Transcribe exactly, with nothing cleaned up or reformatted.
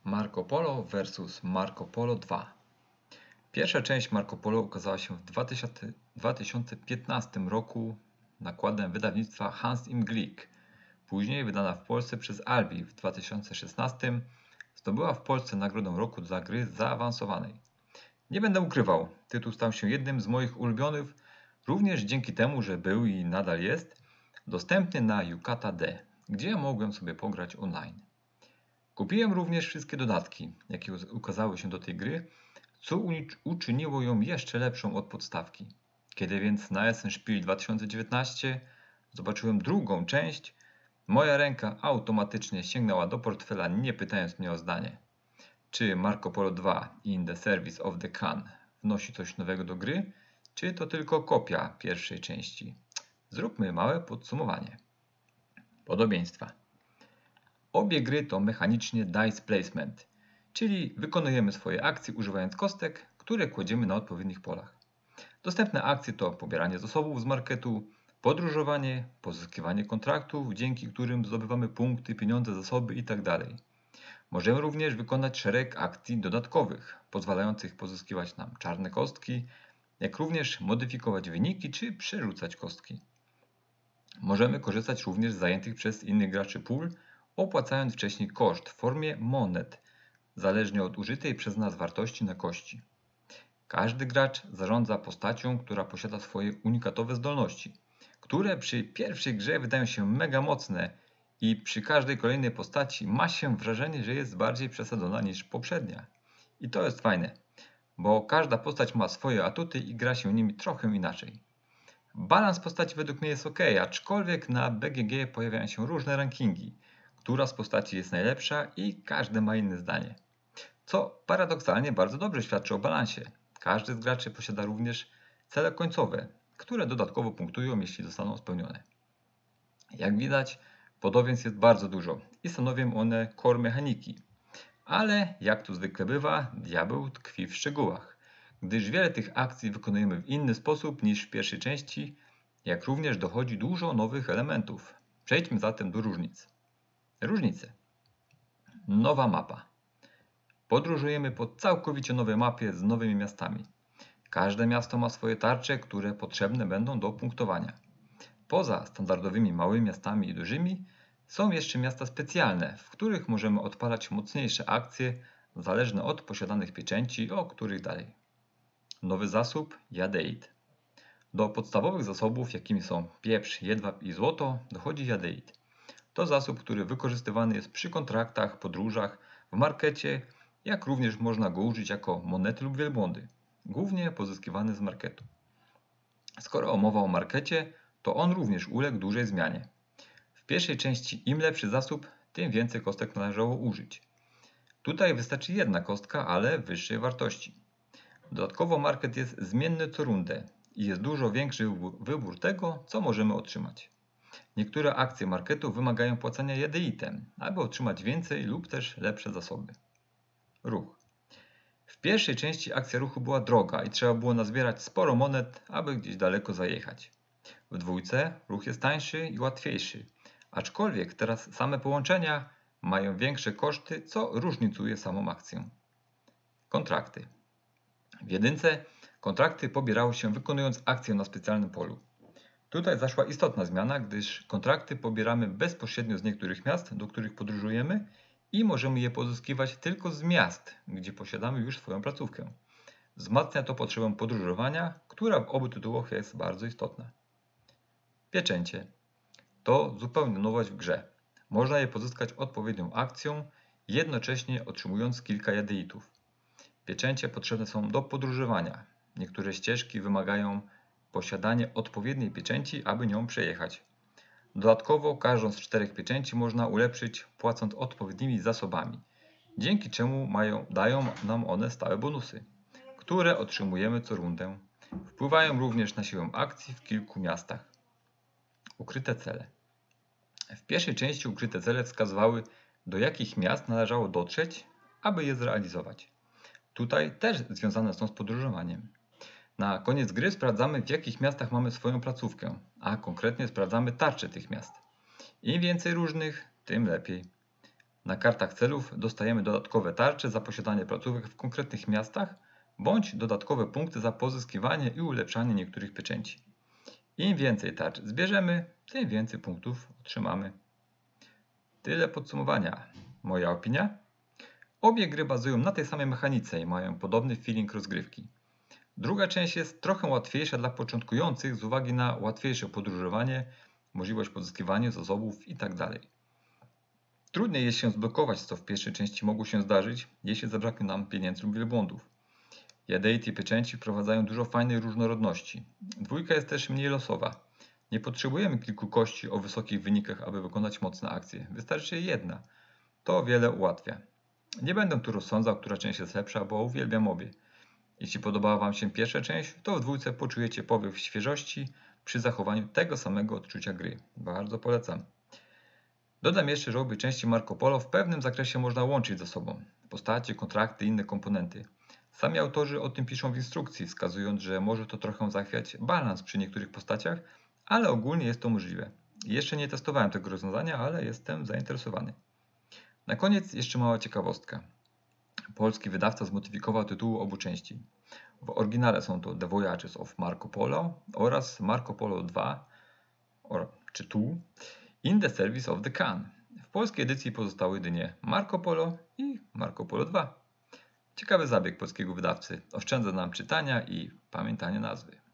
Marco Polo versus Marco Polo dwa. Pierwsza część Marco Polo ukazała się w dwa tysiące piętnastym roku nakładem wydawnictwa Hans im Glück. Później wydana w Polsce przez Albi w dwa tysiące szesnastym zdobyła w Polsce nagrodę roku dla gry zaawansowanej. Nie będę ukrywał, tytuł stał się jednym z moich ulubionych, również dzięki temu, że był i nadal jest dostępny na Yucata D, gdzie mogłem sobie pograć online. Kupiłem również wszystkie dodatki, jakie ukazały się do tej gry, co uczyniło ją jeszcze lepszą od podstawki. Kiedy więc na Essen Spiel dwa tysiące dziewiętnaście zobaczyłem drugą część, moja ręka automatycznie sięgnęła do portfela, nie pytając mnie o zdanie. Czy Marco Polo dwa in the Service of the Khan wnosi coś nowego do gry, czy to tylko kopia pierwszej części? Zróbmy małe podsumowanie. Podobieństwa. Obie gry to mechanicznie dice placement, czyli wykonujemy swoje akcje używając kostek, które kładziemy na odpowiednich polach. Dostępne akcje to pobieranie zasobów z marketu, podróżowanie, pozyskiwanie kontraktów, dzięki którym zdobywamy punkty, pieniądze, zasoby itd. Możemy również wykonać szereg akcji dodatkowych, pozwalających pozyskiwać nam czarne kostki, jak również modyfikować wyniki czy przerzucać kostki. Możemy korzystać również z zajętych przez innych graczy pól, opłacając wcześniej koszt w formie monet, zależnie od użytej przez nas wartości na kości. Każdy gracz zarządza postacią, która posiada swoje unikatowe zdolności, które przy pierwszej grze wydają się mega mocne i przy każdej kolejnej postaci ma się wrażenie, że jest bardziej przesadzona niż poprzednia. I to jest fajne, bo każda postać ma swoje atuty i gra się nimi trochę inaczej. Balans postaci według mnie jest ok, aczkolwiek na B G G pojawiają się różne rankingi, która z postaci jest najlepsza i każdy ma inne zdanie. Co paradoksalnie bardzo dobrze świadczy o balansie. Każdy z graczy posiada również cele końcowe, które dodatkowo punktują, jeśli zostaną spełnione. Jak widać, podobieństw jest bardzo dużo i stanowią one core mechaniki. Ale jak to zwykle bywa, diabeł tkwi w szczegółach, gdyż wiele tych akcji wykonujemy w inny sposób niż w pierwszej części, jak również dochodzi dużo nowych elementów. Przejdźmy zatem do różnic. Różnice. Nowa mapa. Podróżujemy po całkowicie nowej mapie z nowymi miastami. Każde miasto ma swoje tarcze, które potrzebne będą do punktowania. Poza standardowymi małymi miastami i dużymi są jeszcze miasta specjalne, w których możemy odpalać mocniejsze akcje zależne od posiadanych pieczęci, o których dalej. Nowy zasób jadeit. Do podstawowych zasobów, jakimi są pieprz, jedwab i złoto, dochodzi jadeit. To zasób, który wykorzystywany jest przy kontraktach, podróżach, w markecie, jak również można go użyć jako monety lub wielbłądy, głównie pozyskiwany z marketu. Skoro mowa o markecie, to on również uległ dużej zmianie. W pierwszej części im lepszy zasób, tym więcej kostek należało użyć. Tutaj wystarczy jedna kostka, ale wyższej wartości. Dodatkowo market jest zmienny co rundę i jest dużo większy wybór tego, co możemy otrzymać. Niektóre akcje marketu wymagają płacenia jadeitem, aby otrzymać więcej lub też lepsze zasoby. Ruch. W pierwszej części akcja ruchu była droga i trzeba było nazbierać sporo monet, aby gdzieś daleko zajechać. W dwójce ruch jest tańszy i łatwiejszy, aczkolwiek teraz same połączenia mają większe koszty, co różnicuje samą akcję. Kontrakty. W jedynce kontrakty pobierało się wykonując akcję na specjalnym polu. Tutaj zaszła istotna zmiana, gdyż kontrakty pobieramy bezpośrednio z niektórych miast, do których podróżujemy i możemy je pozyskiwać tylko z miast, gdzie posiadamy już swoją placówkę. Wzmacnia to potrzebę podróżowania, która w obu tytułach jest bardzo istotna. Pieczęcie. To zupełnie nowość w grze. Można je pozyskać odpowiednią akcją, jednocześnie otrzymując kilka jadeitów. Pieczęcie potrzebne są do podróżowania. Niektóre ścieżki wymagają posiadania odpowiedniej pieczęci, aby nią przejechać. Dodatkowo każdą z czterech pieczęci można ulepszyć płacąc odpowiednimi zasobami, dzięki czemu mają, dają nam one stałe bonusy, które otrzymujemy co rundę. Wpływają również na siłę akcji w kilku miastach. Ukryte cele. W pierwszej części ukryte cele wskazywały, do jakich miast należało dotrzeć, aby je zrealizować. Tutaj też związane są z podróżowaniem. Na koniec gry sprawdzamy, w jakich miastach mamy swoją placówkę, a konkretnie sprawdzamy tarcze tych miast. Im więcej różnych, tym lepiej. Na kartach celów dostajemy dodatkowe tarcze za posiadanie placówek w konkretnych miastach bądź dodatkowe punkty za pozyskiwanie i ulepszanie niektórych pieczęci. Im więcej tarcz zbierzemy, tym więcej punktów otrzymamy. Tyle podsumowania. Moja opinia? Obie gry bazują na tej samej mechanice i mają podobny feeling rozgrywki. Druga część jest trochę łatwiejsza dla początkujących z uwagi na łatwiejsze podróżowanie, możliwość pozyskiwania zasobów itd. Trudniej jest się zblokować, co w pierwszej części mogło się zdarzyć, jeśli zabraknie nam pieniędzy lub wielbłądów. Jadeit i pieczęci wprowadzają dużo fajnej różnorodności. Dwójka jest też mniej losowa. Nie potrzebujemy kilku kości o wysokich wynikach, aby wykonać mocne akcje. Wystarczy jedna. To o wiele ułatwia. Nie będę tu rozsądzał, która część jest lepsza, bo uwielbiam obie. Jeśli podobała Wam się pierwsza część, to w dwójce poczujecie powiew świeżości przy zachowaniu tego samego odczucia gry. Bardzo polecam. Dodam jeszcze, że obie części Marco Polo w pewnym zakresie można łączyć ze sobą. Postacie, kontrakty i inne komponenty. Sami autorzy o tym piszą w instrukcji, wskazując, że może to trochę zachwiać balans przy niektórych postaciach, ale ogólnie jest to możliwe. Jeszcze nie testowałem tego rozwiązania, ale jestem zainteresowany. Na koniec jeszcze mała ciekawostka. Polski wydawca zmodyfikował tytuły obu części. W oryginale są to The Voyages of Marco Polo oraz Marco Polo dwa, czy tu, In the Service of the Khan. W polskiej edycji pozostały jedynie Marco Polo i Marco Polo dwa. Ciekawy zabieg polskiego wydawcy. Oszczędza nam czytania i pamiętania nazwy.